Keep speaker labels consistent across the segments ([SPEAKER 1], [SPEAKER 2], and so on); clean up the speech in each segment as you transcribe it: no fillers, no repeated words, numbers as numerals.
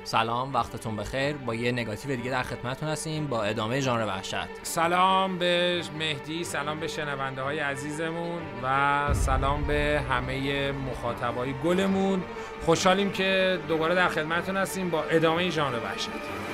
[SPEAKER 1] سلام، وقتتون بخیر. با یه نگاتیو دیگه در خدمتتون هستیم با ادامه ژانر وحشت.
[SPEAKER 2] سلام به مهدی، سلام به شنونده های عزیزمون و سلام به همه مخاطبای گلمون. خوشحالیم که دوباره در خدمتتون هستیم با ادامه ژانر وحشت.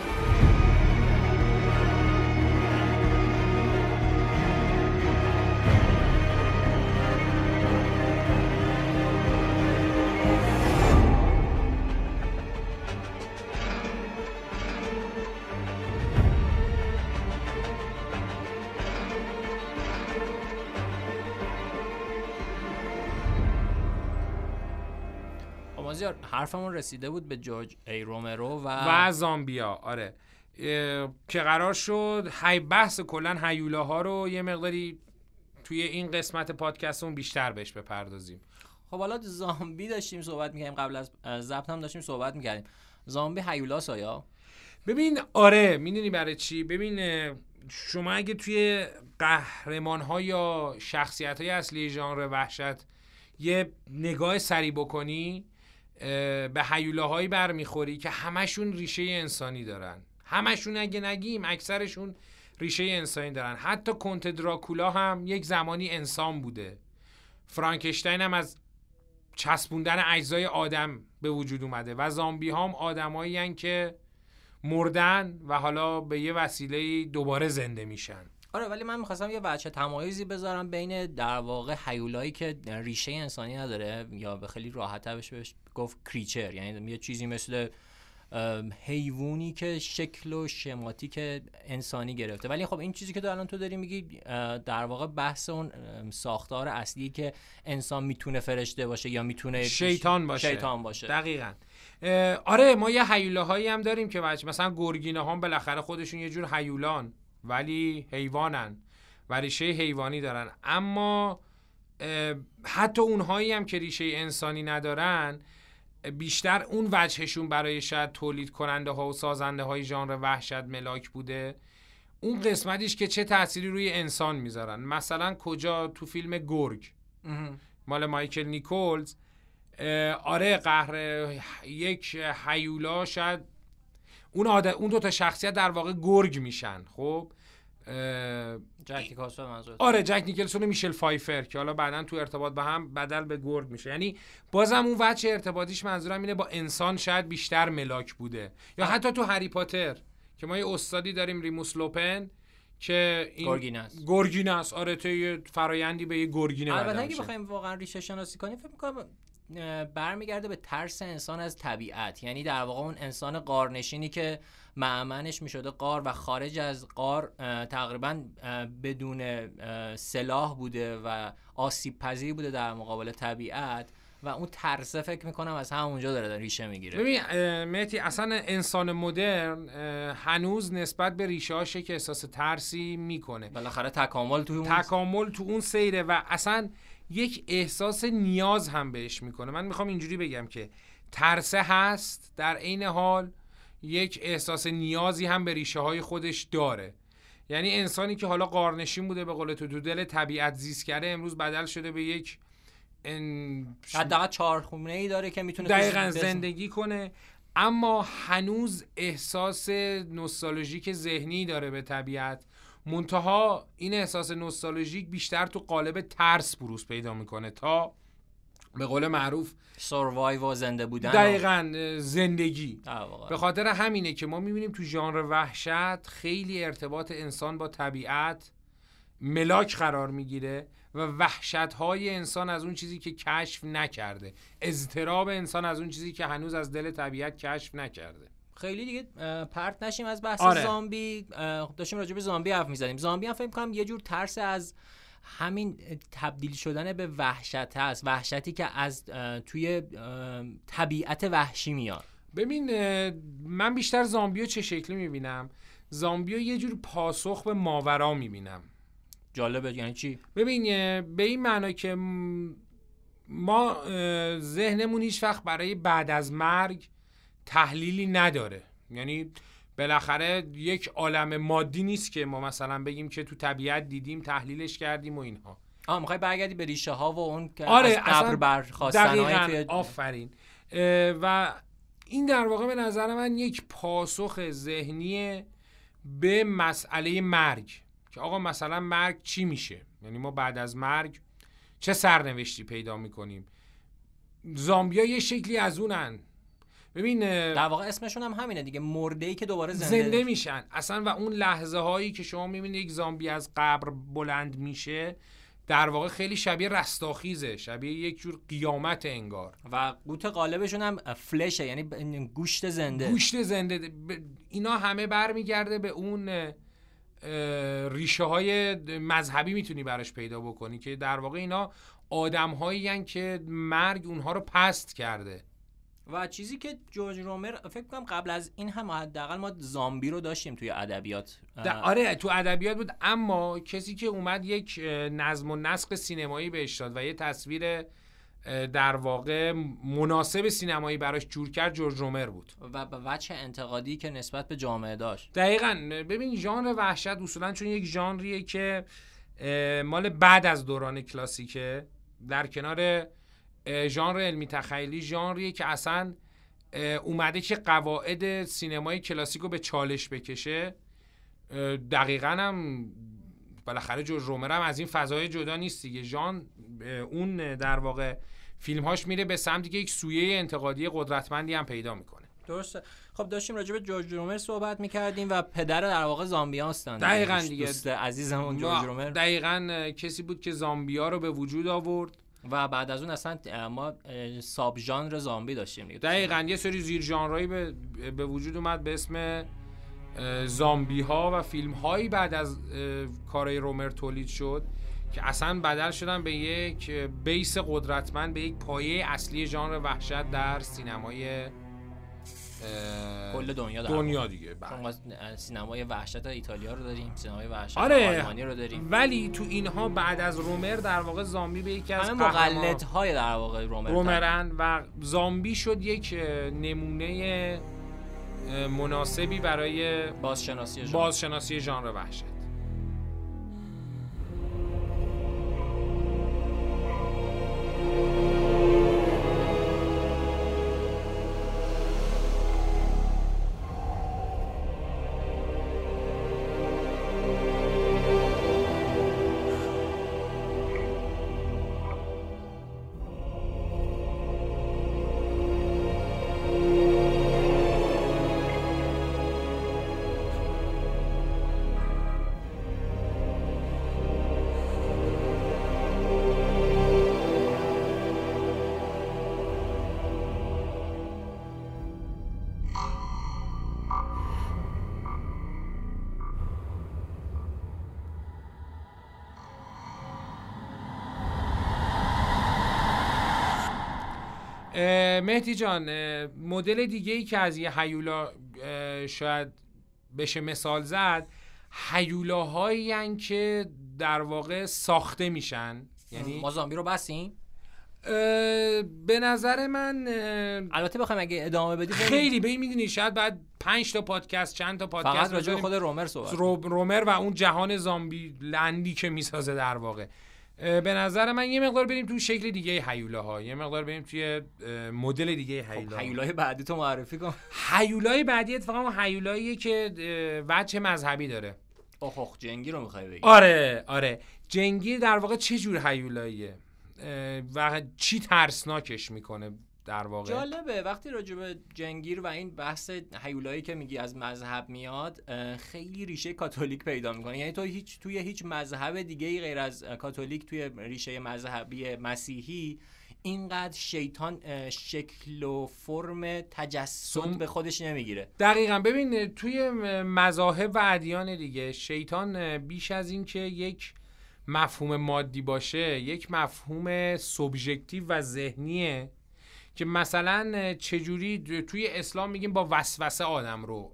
[SPEAKER 1] حرفمون رسیده بود به جورج ای رومرو
[SPEAKER 2] و زامبیا. آره که قرار شد بحث کلن هیولاها رو یه مقداری توی این قسمت پادکستمون بیشتر بهش بپردازیم.
[SPEAKER 1] خب حالا زامبی داشتیم صحبت می‌کردیم، قبل از ضبط هم داشتیم صحبت می‌کردیم. زامبی هیولاس آیا؟
[SPEAKER 2] ببین آره، میدونی برای چی؟ ببین شما اگه توی قهرمان‌ها یا شخصیت‌های اصلی ژانر وحشت یه نگاه سری بکنی، به هیولاهایی برمیخوری که همشون ریشه انسانی دارن. همشون اگه نگیم اکثرشون ریشه انسانی دارن. حتی کنت دراکولا هم یک زمانی انسان بوده. فرانکشتاین هم از چسبوندن اجزای آدم به وجود اومده و زامبی هم آدمایی هن که مردن و حالا به یه وسیله دوباره زنده میشن.
[SPEAKER 1] آره، ولی من می‌خواستم یه بچه تمایزی بذارم بین در واقع هیولایی که ریشه انسانی نداره یا به خیلی راحت‌تر بهش گفت کریچر، یعنی یه چیزی مثل حیوانی که شکل و شماتیک انسانی گرفته. ولی خب این چیزی که الان تو داری میگی در واقع بحث اون ساختار اصلی که انسان میتونه فرشته باشه یا میتونه
[SPEAKER 2] شیطان باشه. دقیقاً. آره، ما یه هیولاهایی هم داریم که مثلا گورگینه هم بالاخره خودشون یه جور هیولان ولی حیوانن و ریشه حیوانی دارن. اما حتی اونهایی هم که ریشه انسانی ندارن، بیشتر اون وجهشون برای شاید تولید کننده ها و سازنده های ژانر وحشت ملاک بوده. اون قسمتیش که چه تأثیری روی انسان میذارن. مثلا کجا؟ تو فیلم گورگ مال مایکل نیکولز، آره، قهر یک هیولا شاید اون دو تا شخصیت در واقع گورگ میشن. خب
[SPEAKER 1] جک نیکلسون منظور؟
[SPEAKER 2] آره، جک نیکلسون و میشل فایفر که حالا بعدن تو ارتباط با هم بدل به گورگ میشه. یعنی بازم اون وجه ارتباطیش منظورم اینه با انسان شاید بیشتر ملاک بوده. یا حتی تو هری پاتر که ما یه استادی داریم ریموس لوپن که این گورگیناس. آره، تو یه فرایندی به یه گورگینه بدل میشه.
[SPEAKER 1] البته اگه بخوایم واقعا ریشه شناسی کنیم فکر می‌کنم برمیگرده به ترس انسان از طبیعت. یعنی در واقع اون انسان غارنشینی که مأمنش میشده غار و خارج از غار تقریبا بدون سلاح بوده و آسیب پذیر بوده در مقابل طبیعت و اون ترسه فکر میکنم از همونجا داره ریشه میگیره.
[SPEAKER 2] ببین مهدی، اصلا انسان مدرن هنوز نسبت به ریشه هاشه که احساس ترسی میکنه.
[SPEAKER 1] بالاخره تکامل تو
[SPEAKER 2] اون سیره و اصلا یک احساس نیاز هم بهش میکنه. من میخوام اینجوری بگم که ترسه هست، در عین حال یک احساس نیازی هم به ریشه های خودش داره. یعنی انسانی که حالا غارنشین بوده، به قول تو دل طبیعت زیست کرده، امروز بدل شده به یک
[SPEAKER 1] حداقل چهارخونه‌ای داره که میتونه
[SPEAKER 2] دقیقاً زندگی کنه، اما هنوز احساس نوستالژیک ذهنی داره به طبیعت. منتها این احساس نوستالژیک بیشتر تو قالب ترس بروز پیدا میکنه تا به قول معروف
[SPEAKER 1] سروایو و زنده بودن.
[SPEAKER 2] دقیقاً زندگی. به خاطر همینه که ما میبینیم تو ژانر وحشت خیلی ارتباط انسان با طبیعت ملاک قرار میگیره و وحشت‌های انسان از اون چیزی که کشف نکرده، اضطراب انسان از اون چیزی که هنوز از دل طبیعت کشف نکرده.
[SPEAKER 1] خیلی دیگه پرت نشیم از بحث.
[SPEAKER 2] آره.
[SPEAKER 1] زامبی داشتیم راجع به زامبی حرف می‌زدیم. زامبی هم فکر می‌کنم یه جور ترس از همین تبدیل شدن به وحشت هست، وحشتی که از توی طبیعت وحشی میاد.
[SPEAKER 2] ببین من بیشتر زامبیو چه شکلی می‌بینم؟ زامبیو یه جور پاسخ به ماورا می‌بینم.
[SPEAKER 1] جالبه. یعنی چی؟
[SPEAKER 2] ببین به این معنی که ما ذهنمون هیچ وقت برای بعد از مرگ تحلیلی نداره. یعنی بالاخره یک عالم مادی نیست که ما مثلا بگیم که تو طبیعت دیدیم تحلیلش کردیم و اینها.
[SPEAKER 1] میخوای برگردی به ریشه ها و اون که
[SPEAKER 2] آره،
[SPEAKER 1] از قبر برخواستن های
[SPEAKER 2] آفرین. و این در واقع به نظر من یک پاسخ ذهنی به مسئله مرگ، که آقا مثلا مرگ چی میشه، یعنی ما بعد از مرگ چه سرنوشتی پیدا میکنیم. زامبیا یه شکلی از اونن. ببین
[SPEAKER 1] در واقع اسمشون هم همینه دیگه، مرده‌ای که دوباره
[SPEAKER 2] زنده میشن اصلا. و اون لحظه هایی که شما میبینید یک زامبی از قبر بلند میشه در واقع خیلی شبیه رستاخیزه، شبیه یک جور قیامت انگار.
[SPEAKER 1] و قوت غالبشون هم فلشه، یعنی گوشت زنده.
[SPEAKER 2] گوشت زنده. اینا همه برمیگرده به اون ریشه های مذهبی میتونی براش پیدا بکنی، که در واقع اینا آدم هایی هن که مرگ اونها رو پست کرده.
[SPEAKER 1] و چیزی که جورج رومر فکر کنم قبل از این هم حداقل ما زامبی رو داشتیم توی ادبیات.
[SPEAKER 2] آره تو ادبیات بود، اما کسی که اومد یک نظم و نسق سینمایی بهش داد و یه تصویر در واقع مناسب سینمایی براش جور کرد جورج رومر بود.
[SPEAKER 1] و به وجه انتقادی که نسبت به جامعه داشت.
[SPEAKER 2] دقیقاً. ببین ژانر وحشت اصولاً چون یک ژانریه که مال بعد از دوران کلاسیکه، در کنار ژانر علمی تخیلی، ژانریه که اصلا اومده که قواعد سینمای کلاسیک رو به چالش بکشه. دقیقاً هم بالاخره جورج رومر هم از این فضای جدا نیست دیگه. اون در واقع فیلمهاش میره به سمتی که یک سویه انتقادی قدرتمندی هم پیدا میکنه.
[SPEAKER 1] درسته. خب داشتیم راجع به جورج رومر صحبت میکردیم و پدر در واقع زامبیا هستن.
[SPEAKER 2] دقیقاً دیگه.
[SPEAKER 1] دوست عزیزمون جورج رومر
[SPEAKER 2] دقیقاً کسی بود که زامبیا رو به وجود آورد و
[SPEAKER 1] بعد از اون اصلا ما ساب ژانر زامبی داشتیم دیگه.
[SPEAKER 2] دقیقاً یه سری زیر ژانرایی به وجود اومد به اسم زامبی ها و فیلم هایی بعد از کارهای رومر تولید شد که اصلا بدل شدن به یک بیس قدرتمند، به یک پایه اصلی ژانر وحشت در سینمای
[SPEAKER 1] کل
[SPEAKER 2] دنیا دیگه.
[SPEAKER 1] سینمای وحشت ایتالیا رو داریم، سینمای وحشت
[SPEAKER 2] آلمانی
[SPEAKER 1] رو داریم،
[SPEAKER 2] ولی تو اینها بعد از رومر در واقع زامبی به یکی از
[SPEAKER 1] مقلدهای در واقع
[SPEAKER 2] رومرن و زامبی شد یک نمونه مناسبی برای بازشناسی ژانر وحشت. مهدی جان، مدل دیگه‌ای که از یه هیولا شاید بشه مثال زد، هیولاهایی هستن که در واقع ساخته میشن. یعنی
[SPEAKER 1] ما زامبی رو بسیم؟
[SPEAKER 2] به نظر من
[SPEAKER 1] البته بخوایم اگه ادامه بدیم
[SPEAKER 2] خیلی میدونی شاید بعد 5 تا پادکست، چند تا پادکست
[SPEAKER 1] فقط راجع به خود رومر صحبت
[SPEAKER 2] رومر و اون جهان زامبی لندی که میسازه. در واقع به نظر من یه مقدار بریم تو شکل دیگه هیولاها، یه مقدار بریم توی مدل دیگه هیولا.
[SPEAKER 1] هیولای بعدی تو معرفی کن.
[SPEAKER 2] هیولای بعدی اتفاقا هیولاییه که وجه مذهبی داره.
[SPEAKER 1] اوه جنگی رو میخوای بگی؟
[SPEAKER 2] آره جنگی در واقع چه جور هیولاییه و چی ترسناکش میکنه در واقع؟
[SPEAKER 1] جالبه وقتی راجع به جنگیر و این بحث هیولایی که میگی از مذهب میاد، خیلی ریشه کاتولیک پیدا میکنه. یعنی تو توی هیچ مذهب دیگه غیر از کاتولیک، توی ریشه مذهبی مسیحی اینقدر شیطان شکل و فرم تجسد به خودش نمیگیره.
[SPEAKER 2] دقیقاً. ببین توی مذاهب و ادیان دیگه شیطان بیش از این که یک مفهوم مادی باشه، یک مفهوم سوبژکتیو و ذهنیه که مثلا چجوری توی اسلام میگیم با وسوسه آدم رو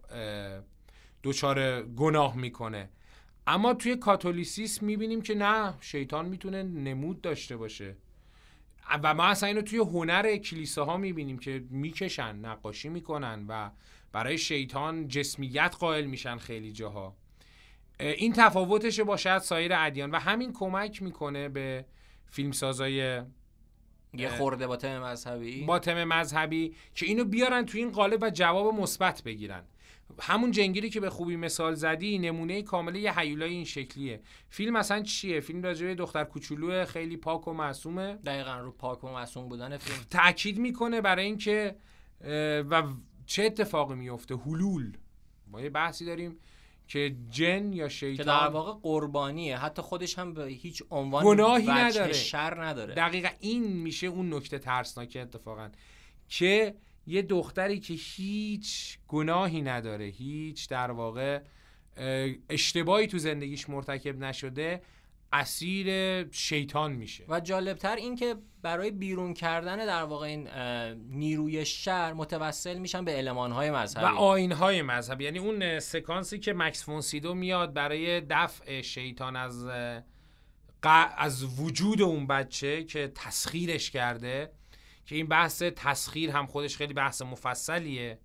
[SPEAKER 2] دچار گناه میکنه، اما توی کاتولیسیسم میبینیم که نه، شیطان میتونه نمود داشته باشه. و ما اصلا اینو توی هنر کلیساها میبینیم که میکشن، نقاشی میکنن و برای شیطان جسمیت قائل میشن خیلی جاها. این تفاوتشه با شاید سایر ادیان و همین کمک میکنه به فیلمسازای
[SPEAKER 1] یه خورده با تم
[SPEAKER 2] مذهبی که اینو بیارن تو این قالب و جواب مثبت بگیرن. همون جنگیری که به خوبی مثال زدی نمونه کامل یه هیولای این شکلیه. فیلم مثلا چیه؟ فیلم راجع به دختر کوچولو خیلی پاک و معصومه.
[SPEAKER 1] دقیقاً رو پاک و معصوم بودن فیلم
[SPEAKER 2] تأکید میکنه برای اینکه و چه اتفاقی میفته. حلول ما یه بحثی داریم که جن یا شیطان
[SPEAKER 1] که در واقع قربانیه، حتی خودش هم به هیچ عنوان
[SPEAKER 2] گناهی نداره،
[SPEAKER 1] شر نداره.
[SPEAKER 2] دقیقاً این میشه اون نکته ترسناکه اتفاقاً که یه دختری که هیچ گناهی نداره، هیچ در واقع اشتباهی تو زندگیش مرتکب نشده، اسیر شیطان میشه.
[SPEAKER 1] و جالبتر این که برای بیرون کردن در واقع این نیروی شر متوسل میشن به المان‌های مذهبی
[SPEAKER 2] و آیین‌های مذهبی. یعنی اون سکانسی که مکس فون سیدو میاد برای دفع شیطان از وجود اون بچه که تسخیرش کرده، که این بحث تسخیر هم خودش خیلی بحث مفصلیه،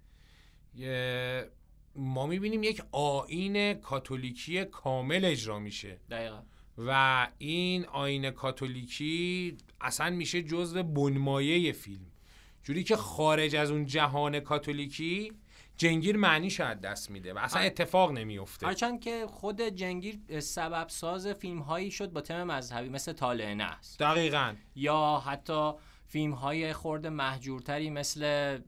[SPEAKER 2] ما میبینیم یک آیین کاتولیکی کامل اجرا میشه.
[SPEAKER 1] دقیقا.
[SPEAKER 2] و این آیین کاتولیکی اصلا میشه جزو بنمایه فیلم، جوری که خارج از اون جهان کاتولیکی جنگیر معنی شاید دست میده و اصلا اتفاق نمیفته.
[SPEAKER 1] هرچند که خود جنگیر سبب ساز فیلم هایی شد با تم مذهبی مثل طالع نحس.
[SPEAKER 2] دقیقاً.
[SPEAKER 1] یا حتی فیلم های خورده محجورتری مثل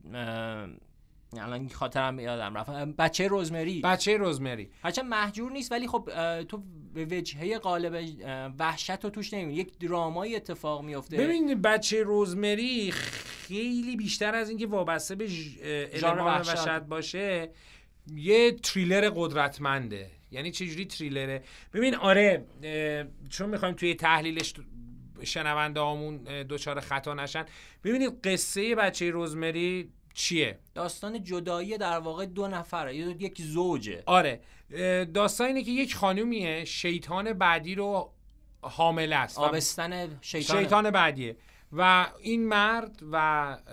[SPEAKER 1] الان خاطرم یادم رفت بچه رزمری. هرچند محجور نیست ولی خب تو به وجهه قالب وحشت رو توش نمیبینی، یک درامایی اتفاق میفته.
[SPEAKER 2] ببین بچه رزمری خیلی بیشتر از اینکه وابسته به المان وحشت باشه یه تریلر قدرتمنده. یعنی چجوری تریلره؟ ببین آره، چون میخوایم توی تحلیلش شنونده هامون دوچار خطا نشن، ببینید قصه بچه رزمری چیه؟
[SPEAKER 1] داستان جدایی در واقع دو نفره، یک زوجه.
[SPEAKER 2] آره، داستان اینه که یک خانومیه شیطان بعدی رو حامله است،
[SPEAKER 1] آبستن
[SPEAKER 2] شیطان بعدیه و این مرد و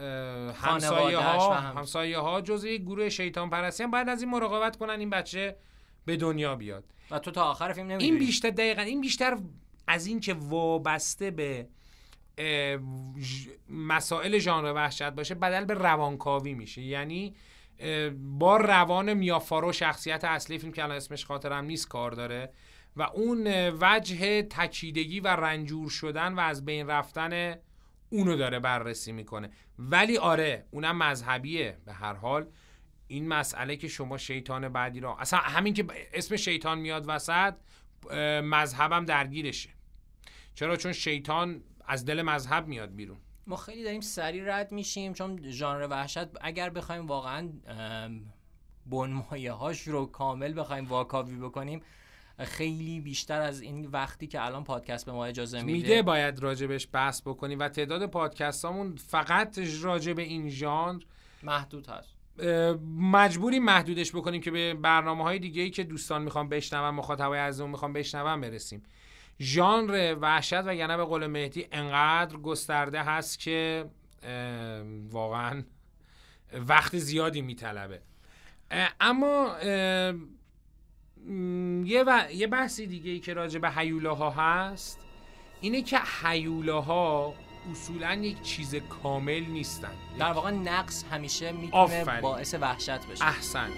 [SPEAKER 2] همسایه ها جزء یک گروه شیطان پرستی هم باید از این مراقبت کنن این بچه به دنیا بیاد.
[SPEAKER 1] و تو تا آخر فیلم نمی‌بینی.
[SPEAKER 2] این بیشتر از این که وابسته به مسائل ژانر وحشت باشه بدل به روانکاوی میشه. یعنی با روان میافارو شخصیت اصلی فیلم که الان اسمش خاطرم نیست کار داره و اون وجه تکیدگی و رنجور شدن و از بین رفتن اونو داره بررسی میکنه. ولی آره اونم مذهبیه. به هر حال این مسئله که شما شیطان بعدی را اصلا همین که اسم شیطان میاد وسط مذهبم درگیرشه. چرا؟ چون شیطان از دل مذهب میاد بیرون.
[SPEAKER 1] ما خیلی داریم سریع رد میشیم چون ژانر وحشت اگر بخوایم واقعا بنمایه هاش رو کامل بخوایم واکاوی بکنیم خیلی بیشتر از این وقتی که الان پادکست به ما اجازه میده
[SPEAKER 2] باید راجبش بحث بکنیم و تعداد پادکستامون فقط راجب این ژانر
[SPEAKER 1] محدود هست.
[SPEAKER 2] مجبوریم محدودش بکنیم که به برنامه‌های دیگه‌ای که دوستان میخوان بشنون، مخاطبای عزیزمون میخوان بشنون برسیم. ژانر وحشت و یعنی به قول مهدی انقدر گسترده هست که واقعا وقت زیادی میطلبه. اما یه بحثی دیگه ای که راجع به هیولاها هست اینه که هیولاها اصولا یک چیز کامل نیستن.
[SPEAKER 1] در واقع نقص همیشه میتونه باعث وحشت بشه.
[SPEAKER 2] احسن.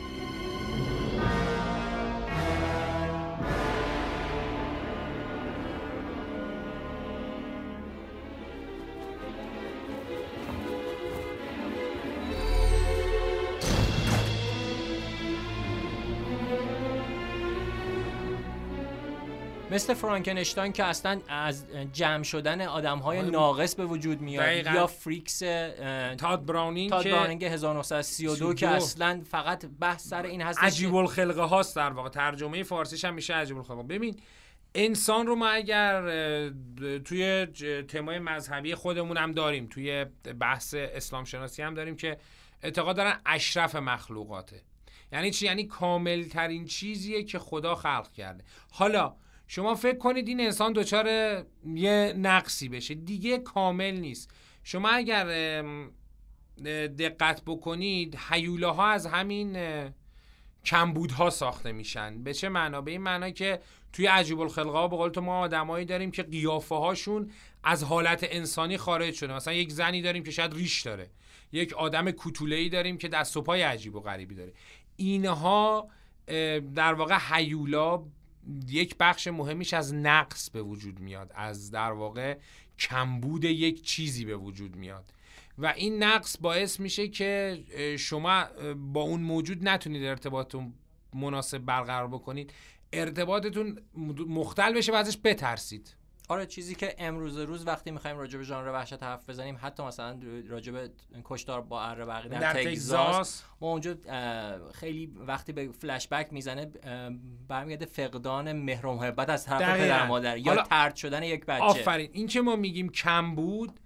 [SPEAKER 1] مثل فرانکنشتاین که اصلا از جمع شدن آدم‌های ناقص به وجود میاد.
[SPEAKER 2] دقیقا.
[SPEAKER 1] یا فریکس
[SPEAKER 2] تاد براونینگ
[SPEAKER 1] 1932 که اصلا فقط بحث سر این هست
[SPEAKER 2] عجیب الخلقه هاست. در واقع ترجمه فارسیش هم میشه عجیب الخلقه. ببین انسان رو ما اگر توی تمای مذهبی خودمون هم داریم، توی بحث اسلام شناسی هم داریم که اعتقاد دارن اشرف مخلوقاته. یعنی چی؟ یعنی کامل ترین چیزیه که خدا خلق کرده. حالا شما فکر کنید این انسان دچار یه نقصی بشه، دیگه کامل نیست. شما اگر دقت بکنید هیولاها از همین کمبودها ساخته میشن. به چه معنا؟ به این معنا که توی عجیب الخلقه به قول تو ما آدمایی داریم که قیافه هاشون از حالت انسانی خارج شده. مثلا یک زنی داریم که شاید ریش داره، یک آدم کوتوله‌ای داریم که دست و پای عجیب و غریبی داره. اینها در واقع هیولا یک بخش مهمیش از نقص به وجود میاد، از در واقع کمبود یک چیزی به وجود میاد و این نقص باعث میشه که شما با اون موجود نتونید ارتباطتون مناسب برقرار بکنید، ارتباطتون مختل بشه و ازش بترسید.
[SPEAKER 1] آره، چیزی که امروز روز وقتی میخوایم راجع به ژانر وحشت حرف بزنیم، حتی مثلا راجع به کشتار با اره برقی در تگزاس، ما اونجا خیلی وقتی به فلش بک میزنه برمیگرده فقدان مهر و محبت از طرف پدر مادر یا طرد شدن یک بچه.
[SPEAKER 2] آفرین. این که ما میگیم کم بود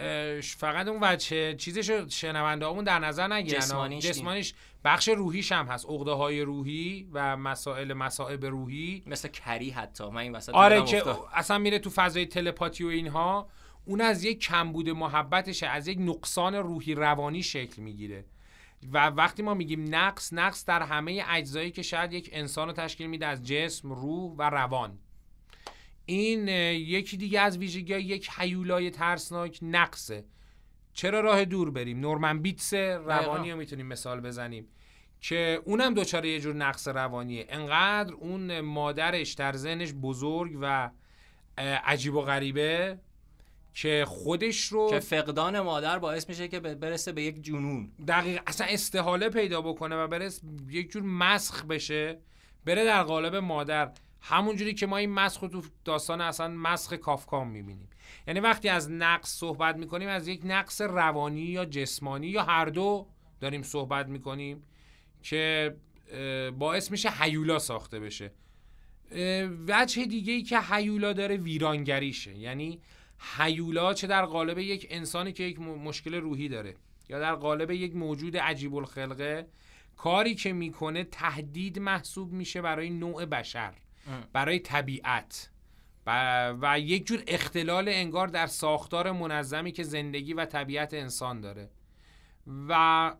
[SPEAKER 2] فقط اون بچه چیزشو شنونده همون در نظر نگیرن، جسمانیش بخش روحیش هم هست، عقده‌های روحی و مصائب روحی،
[SPEAKER 1] مثل کری حتی من این وسط
[SPEAKER 2] آره که اصلا میره تو فضای تلپاتی و اینها، اون از یک کمبود محبتشه، از یک نقصان روحی روانی شکل میگیره. و وقتی ما میگیم نقص در همه اجزایی که شاید یک انسان رو تشکیل میده، از جسم، روح و روان. این یکی دیگه از ویژگی‌های یک هیولای ترسناک نقصه. چرا راه دور بریم؟ نورمن بیتس روانی رو میتونیم مثال بزنیم که اونم دوچاره یه جور نقص روانیه. انقدر اون مادرش در ذهنش بزرگ و عجیب و غریبه که خودش رو
[SPEAKER 1] که فقدان مادر باعث میشه که برسه به یک جنون،
[SPEAKER 2] دقیق اصلا استحاله پیدا بکنه و برسه یک جور مسخ بشه، بره در قالب مادر. همون جوری که ما این مسخ رو تو داستان اصلا مسخ کافکا میبینیم. یعنی وقتی از نقص صحبت میکنیم از یک نقص روانی یا جسمانی یا هر دو داریم صحبت میکنیم که باعث میشه هیولا ساخته بشه. وجه دیگه‌ای که هیولا داره ویرانگریشه. یعنی هیولا چه در قالب یک انسانی که یک مشکل روحی داره یا در قالب یک موجود عجیب الخلقه، کاری که میکنه تهدید محسوب میشه برای نوع بشر، برای طبیعت و یک جور اختلال انگار در ساختار منظمی که زندگی و طبیعت انسان داره. و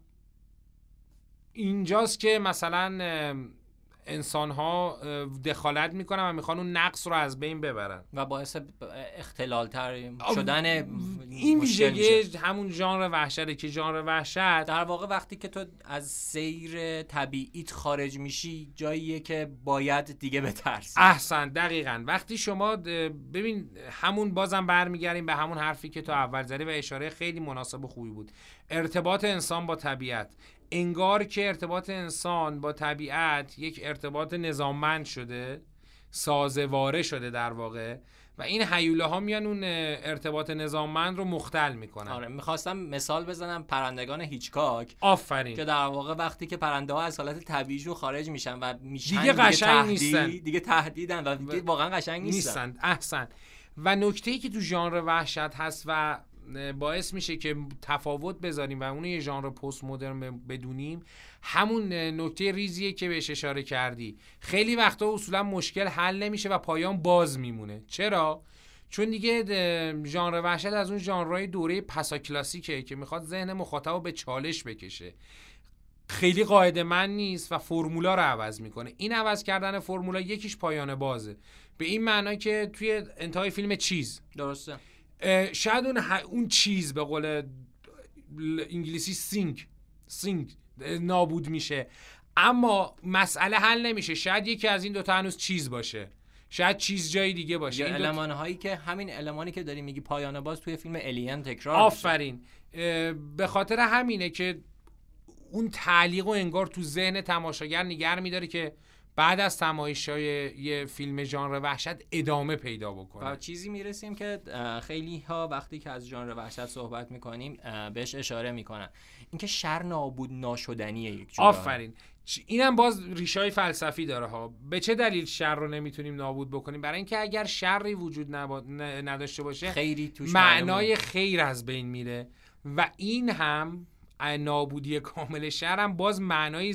[SPEAKER 2] اینجاست که مثلا انسان‌ها دخالت میکنن و میخوان اون نقص رو از بین ببرن
[SPEAKER 1] و باعث اختلال تر شدن
[SPEAKER 2] این ویژگی همون ژانر وحشته که ژانر وحشت
[SPEAKER 1] در واقع وقتی که تو از سیر طبیعیت خارج میشی جاییه که باید دیگه بترسی.
[SPEAKER 2] احسن، دقیقاً. وقتی شما ببین همون بازم برمیگردیم به همون حرفی که تو اول زدی و اشاره خیلی مناسب و خوبی بود، ارتباط انسان با طبیعت. انگار که ارتباط انسان با طبیعت یک ارتباط نظاممند شده، سازواره شده در واقع، و این هیولاها میان اون ارتباط نظاممند رو مختل میکنن.
[SPEAKER 1] آره، میخواستم مثال بزنم پرندگان هیچکاک.
[SPEAKER 2] آفرین.
[SPEAKER 1] که در واقع وقتی که پرنده ها از حالت طبیعیشون خارج میشن و میشن
[SPEAKER 2] دیگه قشنگ نیستن،
[SPEAKER 1] دیگه تهدیدن و دیگه واقعا قشنگ نیستن.
[SPEAKER 2] احسن. و نکته‌ای که تو ژانر وحشت هست و باعث میشه که تفاوت بذاریم و اون یه ژانر پست مدرن بدونیم، همون نکته ریزیه که بهش اشاره کردی. خیلی وقتا اصولا مشکل حل نمیشه و پایان باز میمونه. چرا؟ چون دیگه ژانر وحشت از اون ژانرهای دوره پسا کلاسیکه که میخواد ذهن مخاطب به چالش بکشه، خیلی قاعده من نیست و فرمولا رو عوض میکنه. این عوض کردن فرمولا یکیش پایان بازه، به این معنی که توی انتهای فیلم چیز
[SPEAKER 1] درسته
[SPEAKER 2] شاید اون چیز به قول انگلیسی سینک نابود میشه، اما مسئله حل نمیشه. شاید یکی از این دوتا هنوز چیز باشه، شاید چیز جای دیگه باشه.
[SPEAKER 1] این المان هایی که همین المانی که داری میگی پایان باز توی فیلم الین تکرار
[SPEAKER 2] آفرین. به خاطر همینه که اون تعلیق و انگار تو ذهن تماشاگر نگه میداره که بعد از تماشای یه فیلم ژانر وحشت ادامه پیدا بکنه.
[SPEAKER 1] و چیزی میرسیم که خیلی ها وقتی که از ژانر وحشت صحبت میکنیم بهش اشاره میکنن، اینکه شر نابود ناشدنیه یک جور.
[SPEAKER 2] آفرین. اینم باز ریشای فلسفی داره ها. به چه دلیل شر رو نمیتونیم نابود بکنیم؟ برای اینکه اگر شری وجود نداشته باشه
[SPEAKER 1] خیری توش
[SPEAKER 2] معنای خیر از بین میره و این هم نابودی کامل شر هم باز معنای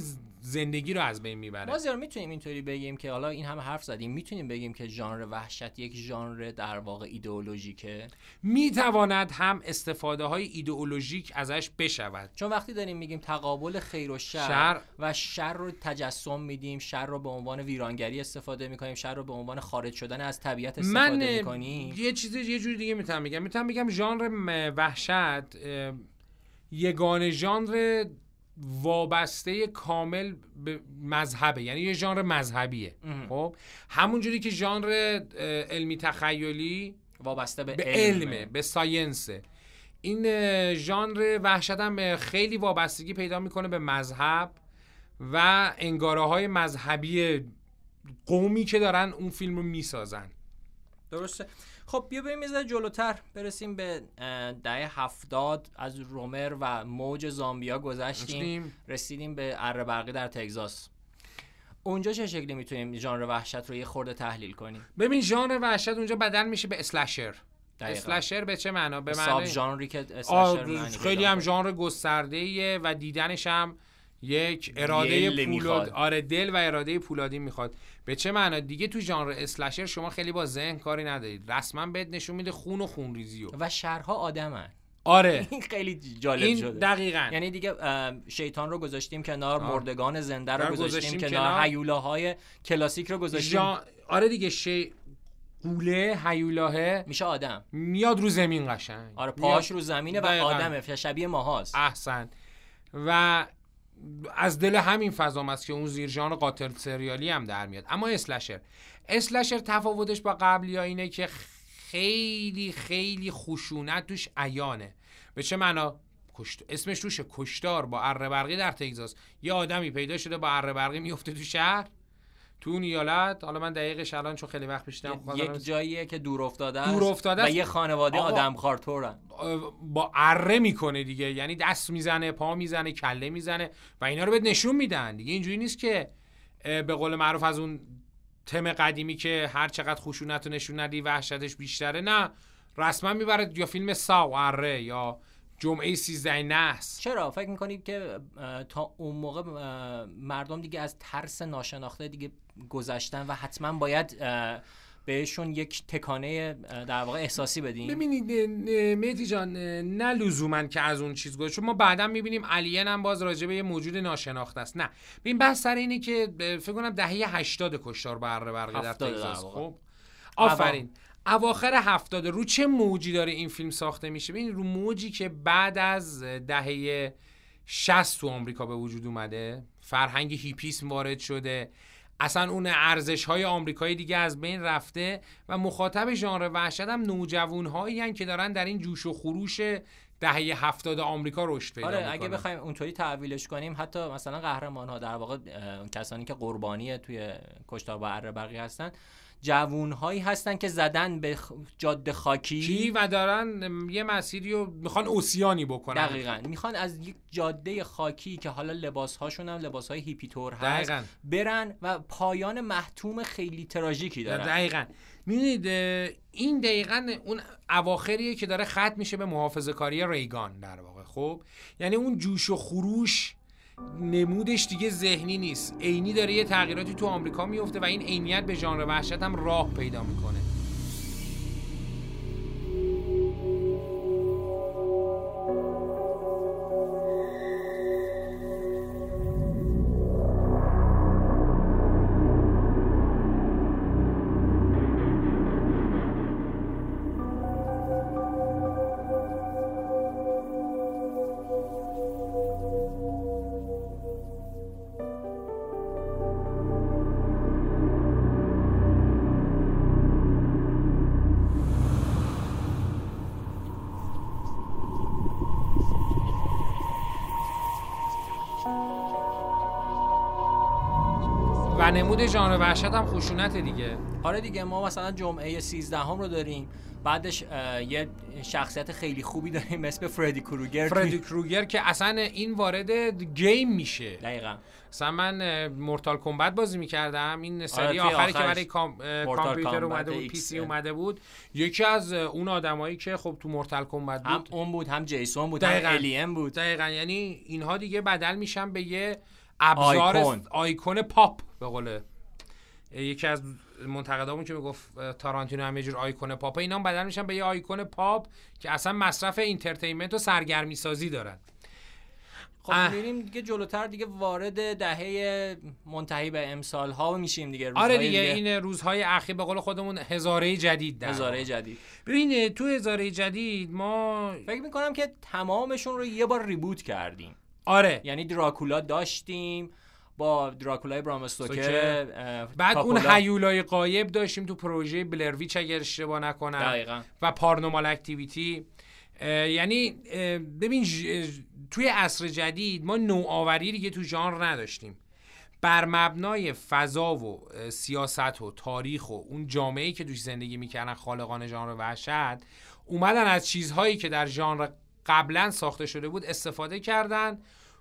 [SPEAKER 2] زندگی رو از بین میبره.
[SPEAKER 1] ما زیرا میتونیم اینطوری بگیم که حالا این همه حرف زدیم، میتونیم بگیم که ژانر وحشت یک ژانر در واقع ایدئولوژیکه؟
[SPEAKER 2] میتواند هم استفاده های ایدئولوژیک ازش بشود،
[SPEAKER 1] چون وقتی داریم میگیم تقابل خیر و شر و شر رو تجسم میدیم، شر رو به عنوان ویرانگری استفاده میکنیم، شر رو به عنوان خارج شدن از طبیعت استفاده میکنیم.
[SPEAKER 2] یه جوری دیگه میتونم بگم ژانر وحشت یگانه ژانر وابسته کامل به مذهبه، یعنی یه ژانر مذهبیه. خب همونجوری که ژانر علمی تخیلی
[SPEAKER 1] وابسته به
[SPEAKER 2] علمه، به ساینسه، این ژانر وحشت هم خیلی وابستگی پیدا میکنه به مذهب و انگاره‌های مذهبی قومی که دارن اون فیلم رو میسازن.
[SPEAKER 1] درسته. خب بیا بریم یه ذره جلوتر برسیم به دهه 70. از رومر و موج زامبیا گذشتیم، رسیدیم به اره برقی در تگزاس. اونجا چه شکلی میتونیم ژانر وحشت رو یه خورده تحلیل کنیم؟
[SPEAKER 2] ببین ژانر وحشت اونجا بدل میشه به اسلشر. اسلشر به چه معنا؟ به معنی
[SPEAKER 1] ساب ژانری که اسلشر
[SPEAKER 2] خیلی هم ژانر گسترده‌ایه و دیدنش هم یک اراده پولاد، دل و اراده پولادی میخواد. به چه معنا؟ دیگه تو ژانر اسلشر شما خیلی با ذهن کاری ندارید، رسما بهت نشون میده خون و خونریزی و شرها
[SPEAKER 1] آدمن.
[SPEAKER 2] آره
[SPEAKER 1] این خیلی جالب
[SPEAKER 2] این
[SPEAKER 1] شده.
[SPEAKER 2] دقیقاً.
[SPEAKER 1] یعنی دیگه شیطان رو گذاشتیم کنار، مردگان زنده رو گذاشتیم کنار، هیولاهای کلاسیک رو گذاشتیم.
[SPEAKER 2] آره دیگه قوله هیولاه
[SPEAKER 1] میشه آدم،
[SPEAKER 2] میاد رو زمین قشنگ.
[SPEAKER 1] آره پاهاش رو زمینه و آدمه، شبیه ماهاست.
[SPEAKER 2] احسن. و از دل همین فضا است که اون زیر ژانر قاتل سریالی هم در میاد. اما اسلشر تفاوتش با قبلی ها اینه که خیلی خیلی خشونت توش عیانه. به چه معنا؟ اسمش روشه، کشتار با اره برقی در تگزاس. یه آدمی پیدا شده با اره برقی میفته تو شهر، تو اون ایالت. حالا من دقیقش الان چون خیلی وقت پیش دیدم،
[SPEAKER 1] یک جاییه که دور افتاده است و یه خانواده آدمخوار طورن،
[SPEAKER 2] با اره میکنه دیگه، یعنی دست میزنه، پا میزنه، کله میزنه و اینا رو بهت نشون میدن دیگه. اینجوری نیست که به قول معروف از اون تم قدیمی که هر چقدر خشونت رو نشون ندی وحشتش بیشتره. نه، رسما میبره یا فیلم ساو اره یا جمعه 13 نحس.
[SPEAKER 1] چرا فکر میکنید که تا اون موقع مردم دیگه از ترس ناشناخته دیگه گذشتن و حتما باید بهشون یک تکانه در واقع احساسی بدیم؟
[SPEAKER 2] ببینید مهدی جان، نه لزوما که از اون چیز گذشت، چون ما بعداً میبینیم الین هم باز راجع به یه موجود ناشناخته است. نه ببین بحث سر اینه که فکر کنم دهه 80 کشتار با اره برقی در تگزاس. خب آفرین، اواخر 70 رو چه موجی داره این فیلم ساخته میشه؟ ببین رو موجی که بعد از دهه 60 تو آمریکا به وجود اومده، فرهنگ هیپیسم وارد شده، اصلا اون ارزش‌های آمریکایی دیگه از بین رفته و مخاطب ژانر وحشت هم نوجوان‌هایی هستن که دارن در این جوش و خروش دهه 70 آمریکا رشد پیدا می‌کنن.
[SPEAKER 1] اگه بخوایم اونطوری تعویلش کنیم، حتی مثلا قهرمان‌ها در واقع کسانی که قربانی توی کشتار با اره برقی هستن، جوون‌هایی هستن که زدن به جاده خاکی
[SPEAKER 2] و دارن یه مسیری رو میخوان اوسیانی بکنن.
[SPEAKER 1] دقیقاً میخوان از یک جاده خاکی که حالا لباس‌هاشون هم لباس‌های هیپی تور هست برن و پایان محتوم خیلی تراژیکی دارن.
[SPEAKER 2] دقیقاً. می‌بینید این دقیقاً اون اواخریه که داره ختم میشه به محافظه‌کاری ریگان در واقع. خب یعنی اون جوش و خروش نمودش دیگه ذهنی نیست، عینی داره یه تغییراتی تو آمریکا میفته و این عینیت به ژانر وحشت هم راه پیدا میکنه. و نمود ژانر وحشت هم خشونت دیگه.
[SPEAKER 1] آره دیگه، ما مثلا جمعه 13 رو داریم، بعدش یه شخصیت خیلی خوبی داریم مثل فردی کروگر
[SPEAKER 2] که اصلا این وارد گیم میشه.
[SPEAKER 1] دقیقاً.
[SPEAKER 2] مثلا من مورتال کمبت بازی میکردم، این سری آخری که برای کامپیوتر اومده بود، پی سی اومده بود، یکی از اون آدمایی که خب تو مورتال کمبت بود،
[SPEAKER 1] هم اون بود، هم جیسون بود، هم الین بود.
[SPEAKER 2] دقیقاً. یعنی اینها دیگه بدل میشن به یه ابزار آیکون پاپ به قول یکی از منتقدامون که میگفت تارانتینو هم یه جور آیکون پاپ، اینا هم بدل میشن به یه آیکون پاپ که اصلا مصرف اینترتینمنت و سرگرمی سازی دارن.
[SPEAKER 1] خب میریم دیگه جلوتر، دیگه وارد دهه منتهی به امسال ها میشیم دیگه.
[SPEAKER 2] آره دیگه این روزهای اخیر به قول خودمون هزاره جدید در
[SPEAKER 1] هزاره جدید.
[SPEAKER 2] ببین تو هزاره جدید ما
[SPEAKER 1] فکر میکنم که تمامشون رو یه بار ریبوت کردیم.
[SPEAKER 2] آره
[SPEAKER 1] یعنی دراکولا داشتیم با دراکولای برام استوکر،
[SPEAKER 2] بعد اون هیولای غایب داشتیم تو پروژه بلرویچ اگر اشتباه نکنم
[SPEAKER 1] دقیقاً،
[SPEAKER 2] و پارانورمال اکتیویتی. یعنی ببین توی عصر جدید ما نوآوری دیگه تو ژانر نداشتیم. بر مبنای فضا و سیاست و تاریخ و اون جامعه‌ای که توش زندگی میکردن خالقان ژانر وحشت، اومدن از چیزهایی که در ژانر قبلا ساخته شده بود استفاده کردن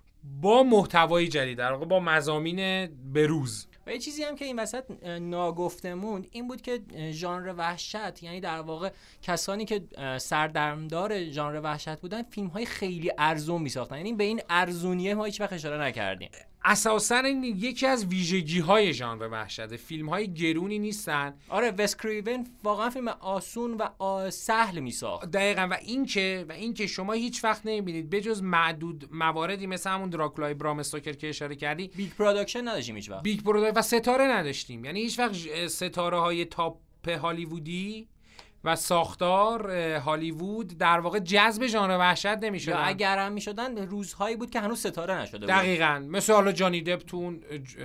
[SPEAKER 2] با محتوای جدید، در واقع با مضامین بروز.
[SPEAKER 1] و یه چیزی هم که این وسط ناگفته موند این بود که ژانر وحشت، یعنی در واقع کسانی که سردرمدار ژانر وحشت بودن فیلم‌های خیلی ارزون می‌ساختن. یعنی به این ارزونیه ما هیچ وقت اشاره نکردیم.
[SPEAKER 2] اساساً این یکی از ویژگی‌های ژانر وحشت، فیلم‌های گرونی نیستن.
[SPEAKER 1] آره وس کریون واقعا فیلم آسون و سهل می‌ساخت.
[SPEAKER 2] دقیقاً. و اینکه شما هیچ وقت نمی‌بینید بجز معدود مواردی مثل همون دراکولای برام استوکر که اشاره کردی
[SPEAKER 1] بیگ پروداکشن نداشتیم هیچ وقت.
[SPEAKER 2] بیگ پروداکشن و ستاره نداشتیم. یعنی هیچ وقت ستاره‌های تاپ هالیوودی و ساختار هالیوود در واقع جذب ژانر وحشت نمی‌شدن.
[SPEAKER 1] یا اگر هم می‌شدن روزهایی بود که هنوز ستاره نشده بود.
[SPEAKER 2] دقیقاً. مثل حالا جانی دپ تو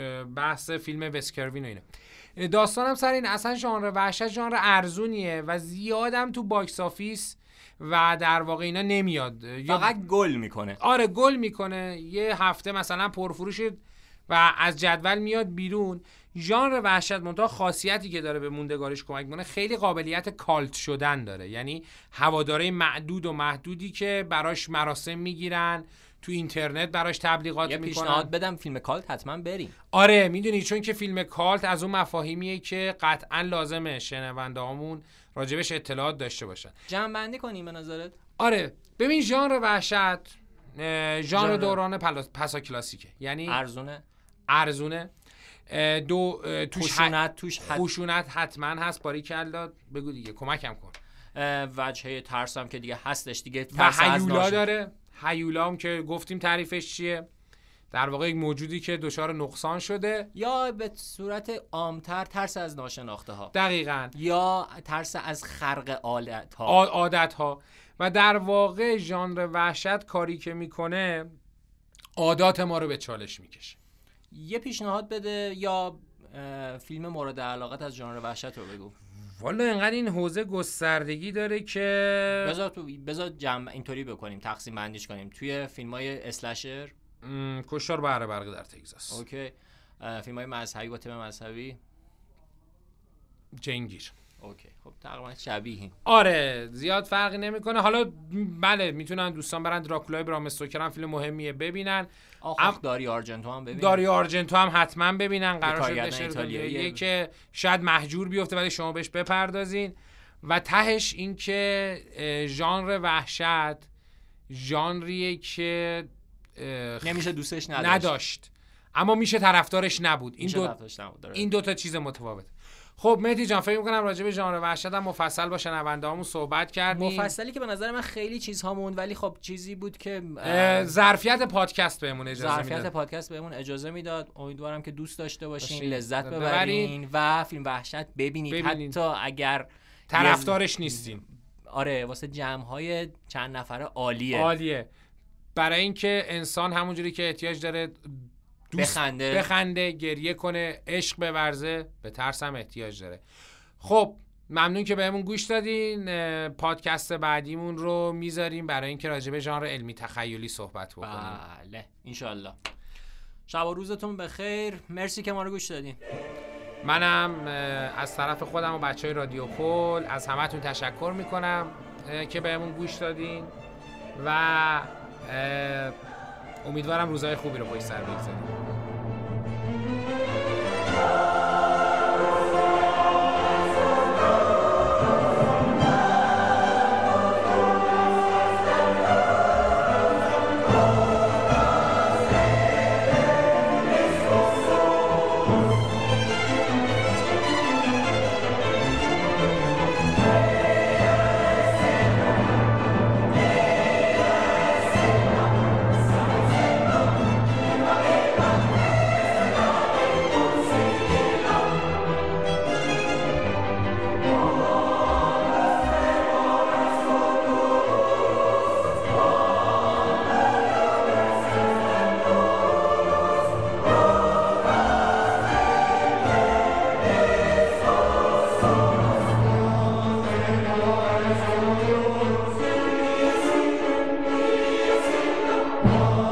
[SPEAKER 2] بحث فیلم وس کروین و اینا. داستانم سر این اصلا ژانر وحشت ژانر ارزونیه و زیادم تو باکس آفیس و در واقع اینا نمیاد،
[SPEAKER 1] فقط گل میکنه.
[SPEAKER 2] آره گل میکنه، یه هفته مثلا پرفروش و از جدول میاد بیرون. ژانر وحشت منتها خاصیتی که داره به موندگاریش کمک میکنه، خیلی قابلیت کالت شدن داره. یعنی هواداره معدود و محدودی که براش مراسم میگیرن، تو اینترنت براش تبلیغات میکنن.
[SPEAKER 1] یه پیشنهاد بدم فیلم کالت حتما بریم.
[SPEAKER 2] آره میدونی، چون که فیلم کالت از اون مفاهیمیه که قطعا لازمه شنوندهامون راجبش اطلاعات داشته باشن.
[SPEAKER 1] جمع بندی کنیم به نظرت؟
[SPEAKER 2] آره ببین ژانر وحشت ژانر دوران پسا کلاسیکه، یعنی ارزونه. توش خشونت حتما هست. باریکلا بگو دیگه، کمکم کن.
[SPEAKER 1] وجهه ترسم که دیگه هستش دیگه.
[SPEAKER 2] و هیولا داره. هیولا هم که گفتیم تعریفش چیه، در واقع یک موجودی که دچار نقصان شده،
[SPEAKER 1] یا به صورت عام‌تر ترس از ناشناخته ها.
[SPEAKER 2] دقیقاً.
[SPEAKER 1] یا ترس از خرق
[SPEAKER 2] عادت ها. و در واقع ژانر وحشت کاری که میکنه عادات ما رو به چالش میکشه.
[SPEAKER 1] یه پیشنهاد بده یا فیلم مورد علاقت از ژانر وحشت رو بگو.
[SPEAKER 2] والا اینقدر این حوزه گستردگی داره که
[SPEAKER 1] بذار جمع اینطوری بکنیم، تقسیم بندیش کنیم توی فیلم‌های اسلشر.
[SPEAKER 2] کشتار بهره برقی در تگزاس.
[SPEAKER 1] اوکی. فیلم‌های مذهبی با تم مذهبی.
[SPEAKER 2] جنگیر.
[SPEAKER 1] اوکی. خب تقریبا شبیهیم.
[SPEAKER 2] آره زیاد فرقی نمیکنه. حالا بله میتونن دوستان برن دراکولای برام استوکر هم فیلم مهمیه ببینن.
[SPEAKER 1] داری آرژنتو هم ببینن.
[SPEAKER 2] داری آرژنتو هم حتما ببینن. قرار شد بشه ایتالیاییه که شاید محجور بیفته ولی شما بهش بپردازین. و تهش این که ژانر وحشت ژانریه که
[SPEAKER 1] نمیشه دوستش
[SPEAKER 2] نداشت اما میشه طرفدارش نبود. این دو تا چیز متفاوت. خب مهدی جان، فکر می‌کنم راجع به ژانر وحشت هم مفصل با شنونده‌هامون صحبت کردیم.
[SPEAKER 1] مفصلی که به نظر من خیلی چیزها موند، ولی خب چیزی بود که
[SPEAKER 2] ظرفیت پادکست بهمون
[SPEAKER 1] اجازه میداد. امیدوارم که دوست داشته باشین، لذت ببرین و فیلم وحشت ببینید. حتی اگر
[SPEAKER 2] طرفدارش نیستین.
[SPEAKER 1] آره واسه جمع‌های چند نفره عالیه.
[SPEAKER 2] برای اینکه انسان همونجوری که احتیاج داره بخنده، گریه کنه، عشق بورزه، به ترس هم احتیاج داره. خب ممنون که بهمون گوش دادین. پادکست بعدیمون رو میذاریم برای اینکه راجع به ژانر علمی تخیلی صحبت بکنیم.
[SPEAKER 1] بله انشالله. شب و روزتون بخیر. مرسی که ما رو گوش دادین.
[SPEAKER 2] منم از طرف خودم و بچهای رادیو پول از همتون تشکر میکنم که بهمون گوش دادین و امیدوارم روزهای خوبی رو پشت سر بگذاریم.
[SPEAKER 3] ما